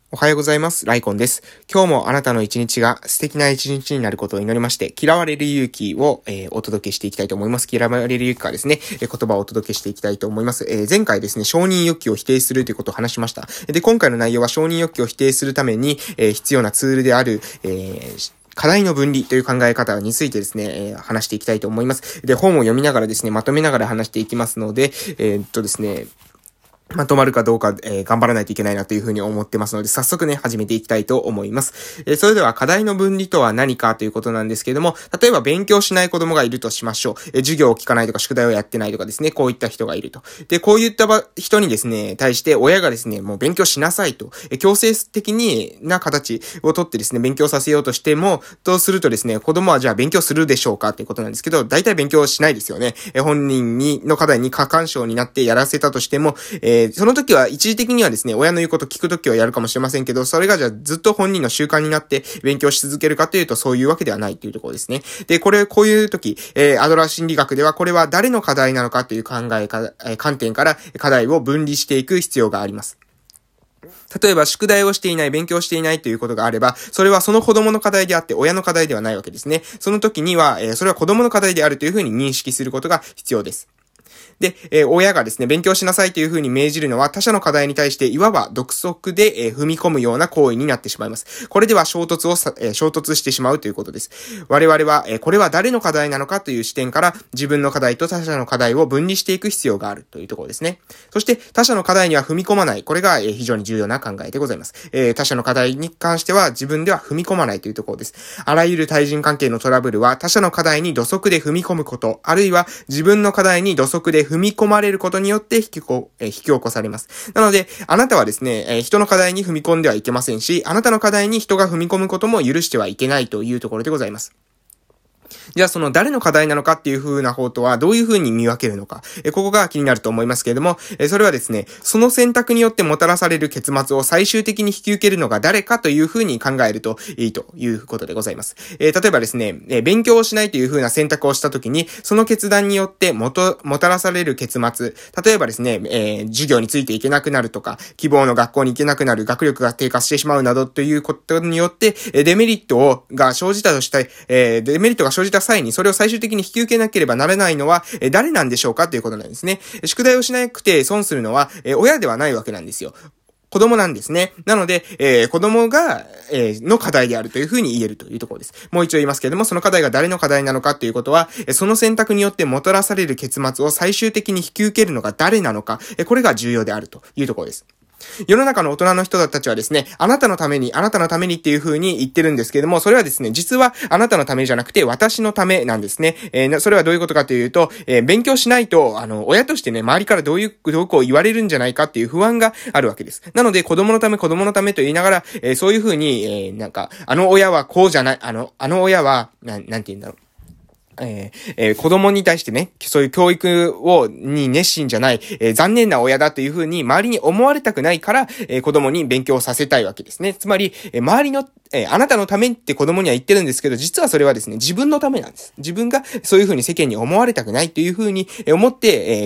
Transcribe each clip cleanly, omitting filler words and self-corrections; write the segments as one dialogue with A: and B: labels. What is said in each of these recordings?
A: おはようございます。ライコンです。今日もあなたの一日が素敵な一日になることを祈りまして、嫌われる勇気を、お届けしていきたいと思います。嫌われる勇気からですね、言葉をお届けしていきたいと思います。前回ですね、承認欲求を否定するということを話しました。で、今回の内容は承認欲求を否定するために、必要なツールである、課題の分離という考え方についてですね、話していきたいと思います。で、本を読みながらですね、まとめながら話していきますので、ですね、まとまるかどうか、頑張らないといけないなというふうに思ってますので、早速ね、始めていきたいと思います。それでは課題の分離とは何かということなんですけれども、例えば勉強しない子供がいるとしましょう。授業を聞かないとか宿題をやってないとかですね、こういった人がいると。で、こういった人にですね、対して親がですね、もう勉強しなさいと、強制的な形をとってですね、勉強させようとしても、とするとですね、子供はじゃあ勉強するでしょうかということなんですけど、大体勉強しないですよね。本人の課題に過干渉になってやらせたとしても、その時は一時的にはですね、親の言うこと聞く時はやるかもしれませんけど、それがじゃあずっと本人の習慣になって勉強し続けるかというとそういうわけではないというところですね。で、こういう時、アドラー心理学ではこれは誰の課題なのかという観点から課題を分離していく必要があります。例えば、宿題をしていない、勉強していないということがあれば、それはその子供の課題であって、親の課題ではないわけですね。その時には、それは子供の課題であるというふうに認識することが必要です。で、親がですね、勉強しなさいというふうに命じるのは他者の課題に対していわば独足で、踏み込むような行為になってしまいます。これでは衝突してしまうということです。我々は、これは誰の課題なのかという視点から自分の課題と他者の課題を分離していく必要があるというところですね。そして他者の課題には踏み込まない。これが、非常に重要な考えでございます。他者の課題に関しては自分では踏み込まないというところです。あらゆる対人関係のトラブルは他者の課題に土足で踏み込むこと、あるいは自分の課題に土足で踏み込まれることによって引き起こされます。なので、あなたはですね、人の課題に踏み込んではいけませんし、あなたの課題に人が踏み込むことも許してはいけないというところでございます。じゃあその誰の課題なのかっていう風な方とはどういう風に見分けるのか。ここが気になると思いますけれども、それはですね、その選択によってもたらされる結末を最終的に引き受けるのが誰かという風に考えるといいということでございます。例えばですね、勉強をしないという風な選択をしたときに、その決断によってもたらされる結末、例えばですね、授業についていけなくなるとか、希望の学校に行けなくなる、学力が低下してしまうなどということによって、デメリットが生じた際にそれを最終的に引き受けなければならないのは誰なんでしょうかということなんですね。宿題をしなくて損するのは親ではないわけなんですよ。子供なんですね。なので、子供が、の課題であるというふうに言えるというところです。もう一度言いますけれども、その課題が誰の課題なのかということは、その選択によってもたらされる結末を最終的に引き受けるのが誰なのか、これが重要であるというところです。世の中の大人の人たちはですね、あなたのためにっていう風に言ってるんですけれども、それはですね、実はあなたのためじゃなくて私のためなんですね。それはどういうことかというと、勉強しないと、親としてね、周りからどうこう言われるんじゃないかっていう不安があるわけです。なので、子供のためと言いながら、そういう風に、親はこうじゃない、親は、なんて言うんだろう。子供に対してね、そういう教育に熱心じゃない、残念な親だというふうに周りに思われたくないから、子供に勉強させたいわけですね。つまり、周りの、あなたのためって子供には言ってるんですけど、実はそれはですね、自分のためなんです。自分がそういうふうに世間に思われたくないというふうに思って、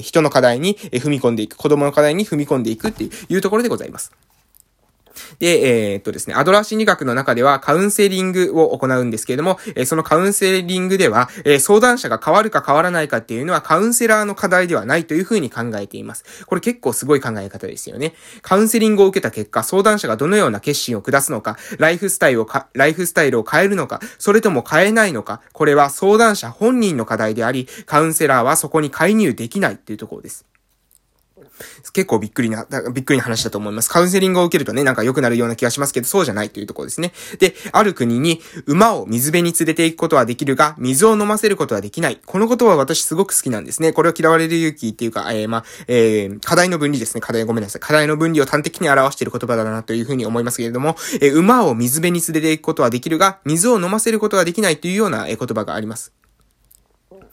A: 人の課題に踏み込んでいく、子供の課題に踏み込んでいくっていうところでございます。で、ですね、アドラー心理学の中ではカウンセリングを行うんですけれども、そのカウンセリングでは、相談者が変わるか変わらないかっていうのはカウンセラーの課題ではないというふうに考えています。これ結構すごい考え方ですよね。カウンセリングを受けた結果、相談者がどのような決心を下すのか、ライフスタイルを変えるのか、それとも変えないのか、これは相談者本人の課題であり、カウンセラーはそこに介入できないっていうところです。結構びっくりな話だと思います。カウンセリングを受けるとね、なんか良くなるような気がしますけど、そうじゃないというところですね。で、ある国に馬を水辺に連れて行くことはできるが、水を飲ませることはできない。この言葉は私すごく好きなんですね。これを嫌われる勇気っていうか、課題の分離ですね。課題の分離を端的に表している言葉だなというふうに思いますけれども、馬を水辺に連れて行くことはできるが、水を飲ませることはできないというような言葉があります。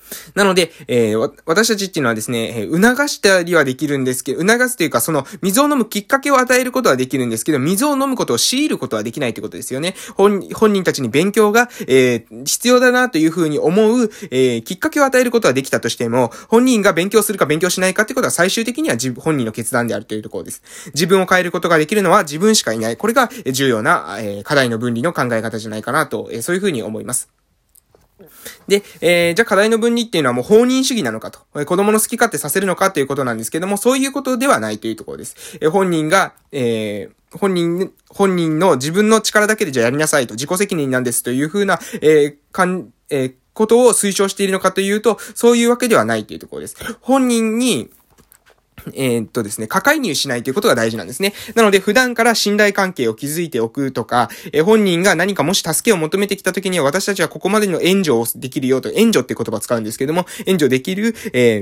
A: なので、私たちっていうのはですね、促したりはできるんですけど、促すというか、その、水を飲むきっかけを与えることはできるんですけど、水を飲むことを強いることはできないということですよね。本人たちに勉強が、必要だなというふうに思う、きっかけを与えることはできたとしても、本人が勉強するか勉強しないかってことは最終的には本人の決断であるというところです。自分を変えることができるのは自分しかいない。これが重要な、課題の分離の考え方じゃないかなと、そういうふうに思います。で、じゃあ課題の分離っていうのはもう放任主義なのかと、子供の好き勝手させるのかということなんですけども、そういうことではないというところです。本人の自分の力だけでじゃあやりなさいと、自己責任なんですというふうな、ことを推奨しているのかというと、そういうわけではないというところです。本人に、ですね、過介入しないということが大事なんですね。なので、普段から信頼関係を築いておくとか、本人が何かもし助けを求めてきたときには、私たちはここまでの援助をできるよと、援助っていう言葉を使うんですけども、援助できる、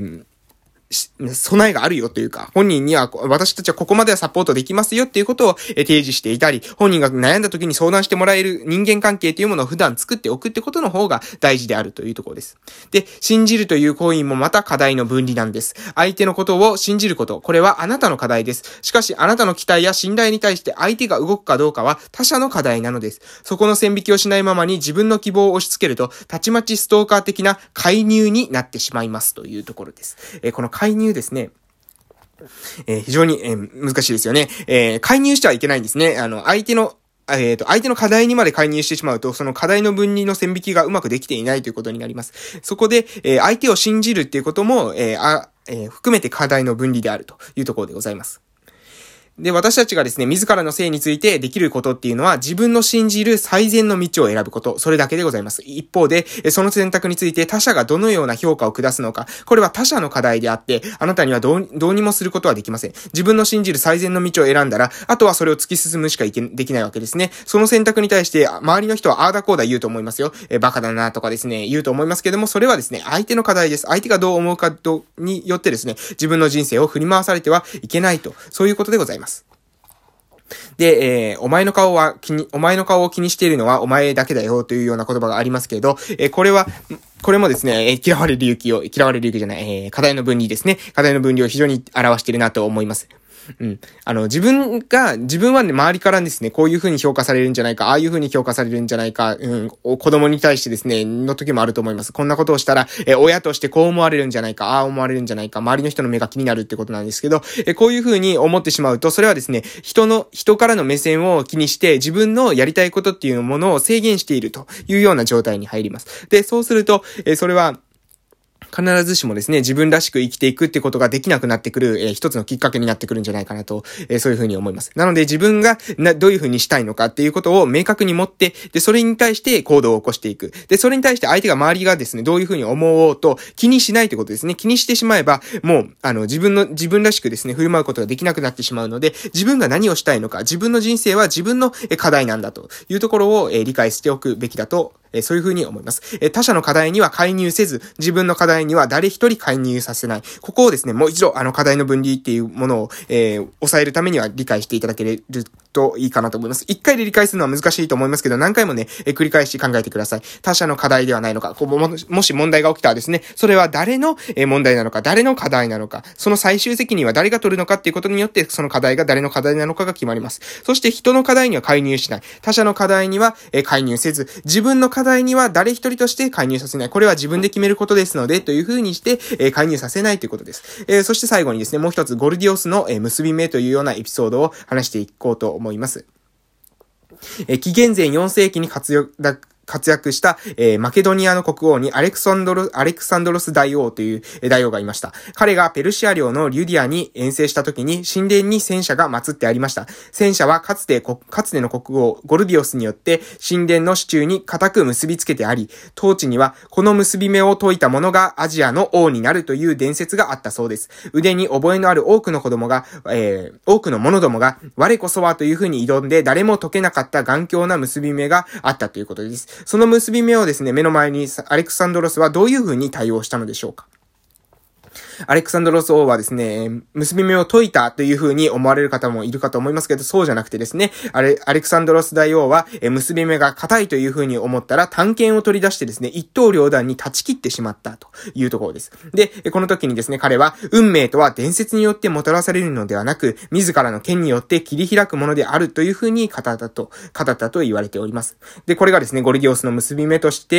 A: 備えがあるよというか、本人には私たちはここまではサポートできますよっていうことを提示していたり、本人が悩んだ時に相談してもらえる人間関係というものを普段作っておくってことの方が大事であるというところです。で、信じるという行為もまた課題の分離なんです。相手のことを信じること、これはあなたの課題です。しかしあなたの期待や信頼に対して相手が動くかどうかは他者の課題なのです。そこの線引きをしないままに自分の希望を押し付けると、たちまちストーカー的な介入になってしまいますというところです。この介入ですね。非常に、難しいですよね。介入してはいけないんですね。相手の課題にまで介入してしまうと、その課題の分離の線引きがうまくできていないということになります。そこで、相手を信じるっていうことも、含めて課題の分離であるというところでございます。で、私たちがですね、自らの性についてできることっていうのは、自分の信じる最善の道を選ぶこと、それだけでございます。一方で、その選択について他者がどのような評価を下すのか、これは他者の課題であって、あなたにはどうにもすることはできません。自分の信じる最善の道を選んだら、あとはそれを突き進むしかできないわけですね。その選択に対して、周りの人はあーだこうだ言うと思いますよ。バカだなとかですね、言うと思いますけども、それはですね、相手の課題です。相手がどう思うかによってですね、自分の人生を振り回されてはいけないと、そういうことでございます。で、お前の顔を気にしているのはお前だけだよというような言葉がありますけれど、これもですね、課題の分離ですね。課題の分離を非常に表しているなと思います。自分はね、周りからですね、こういう風に評価されるんじゃないか、ああいう風に評価されるんじゃないか、子供に対してですね、の時もあると思います。こんなことをしたら、親としてこう思われるんじゃないか、ああ思われるんじゃないか、周りの人の目が気になるってことなんですけど、こういう風に思ってしまうと、それはですね、人からの目線を気にして、自分のやりたいことっていうものを制限しているというような状態に入ります。で、そうすると、それは、必ずしもですね、自分らしく生きていくってことができなくなってくる、一つのきっかけになってくるんじゃないかなと、そういうふうに思います。なので自分がどういうふうにしたいのかっていうことを明確に持って、で、それに対して行動を起こしていく。で、それに対して周りがですね、どういうふうに思おうと気にしないってことですね。気にしてしまえば、もう、自分らしくですね、振る舞うことができなくなってしまうので、自分が何をしたいのか、自分の人生は自分の課題なんだというところを理解しておくべきだと、そういうふうに思います。他者の課題には介入せず、自分の課題には誰一人介入させない。ここをですね、もう一度課題の分離っていうものを、抑えるためには理解していただけるといいかなと思います。一回で理解するのは難しいと思いますけど、何回もね、繰り返し考えてください。他者の課題ではないのか、もし問題が起きたらですね、それは誰の問題なのか、誰の課題なのか、その最終責任は誰が取るのかっていうことによって、その課題が誰の課題なのかが決まります。そして人の課題には介入しない。他者の課題には介入せず、自分の課題には誰一人として介入させない。これは自分で決めることですので、というふうにして、介入させないということです。そして最後にですね、もう一つゴルディオスの結び目というようなエピソードを話していこうと思います。紀元前4世紀に活躍した、マケドニアの国王にアレクサンドロス大王という大王がいました。彼がペルシア領のリュディアに遠征した時に神殿に戦車が祀ってありました。戦車はかつての国王ゴルディオスによって神殿の支柱に固く結びつけてあり、当地にはこの結び目を解いた者がアジアの王になるという伝説があったそうです。腕に覚えのある多くの者どもが我こそはというふうに挑んで誰も解けなかった頑強な結び目があったということです。その結び目をですね、目の前にアレクサンドロスはどういうふうに対応したのでしょうか。 アレクサンドロス王はですね、結び目を解いたという風に思われる方もいるかと思いますけど、そうじゃなくてですね、アレクサンドロス大王は、結び目が硬いという風に思ったら、短剣を取り出してですね、一刀両断に断ち切ってしまったというところです。で、この時にですね、彼は、運命とは伝説によってもたらされるのではなく、自らの剣によって切り開くものであるという風に語ったと言われております。で、これがですね、ゴルギオスの結び目として、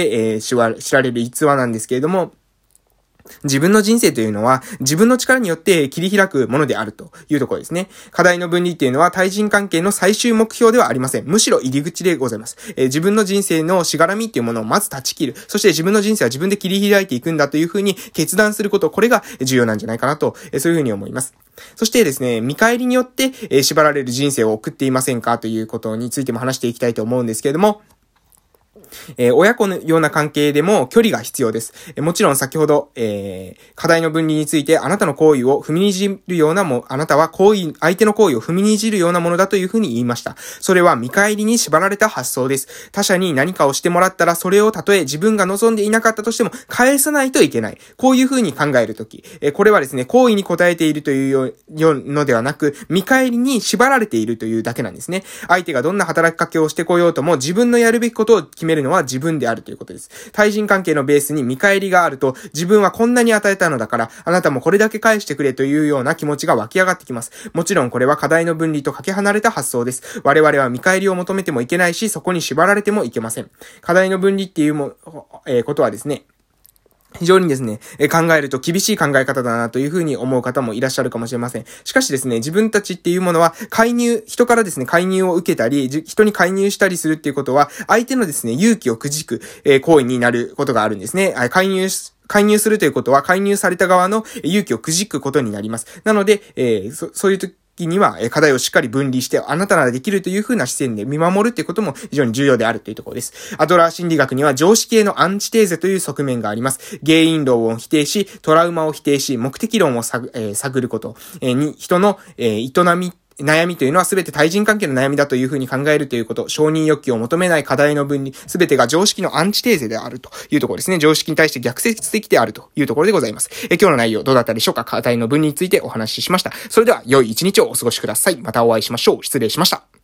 A: 知られる逸話なんですけれども、自分の人生というのは自分の力によって切り開くものであるというところですね。課題の分離っていうのは対人関係の最終目標ではありません。むしろ入り口でございます。自分の人生のしがらみっていうものをまず断ち切る。そして自分の人生は自分で切り開いていくんだというふうに決断すること、これが重要なんじゃないかなと、そういうふうに思います。そしてですね、見返りによって縛られる人生を送っていませんかということについても話していきたいと思うんですけれども、親子のような関係でも距離が必要です。もちろん先ほど、課題の分離についてあなたの行為を踏みにじるようなあなたは相手の行為を踏みにじるようなものだというふうに言いました。それは見返りに縛られた発想です。他者に何かをしてもらったらそれをたとえ自分が望んでいなかったとしても返さないといけない。こういうふうに考えるとき、これはですね、行為に応えているというのではなく、見返りに縛られているというだけなんですね。相手がどんな働きかけをしてこようとも自分のやるべきことを決めるのは自分であるということです。対人関係のベースに見返りがあると、自分はこんなに与えたのだから、あなたもこれだけ返してくれというような気持ちが湧き上がってきます。もちろんこれは課題の分離とかけ離れた発想です。我々は見返りを求めてもいけないし、そこに縛られてもいけません。課題の分離っていうことはですね、非常にですね、考えると厳しい考え方だなというふうに思う方もいらっしゃるかもしれません。しかしですね、自分たちっていうものは人からですね、介入を受けたり、人に介入したりするっていうことは、相手のですね、勇気をくじく、行為になることがあるんですね。介入するということは、介入された側の勇気をくじくことになります。なので、そういう時には課題をしっかり分離してあなたならできるという風な視線で見守るっていうことも非常に重要であるというところです。アドラー心理学には常識へのアンチテーゼという側面があります。原因論を否定し、トラウマを否定し、目的論を探ることに人の悩みというのは全て対人関係の悩みだというふうに考えるということ、承認欲求を求めない課題の分離、全てが常識のアンチテーゼであるというところですね。常識に対して逆説的であるというところでございます。今日の内容どうだったでしょうか。課題の分離についてお話ししました。それでは良い一日をお過ごしください。またお会いしましょう。失礼しました。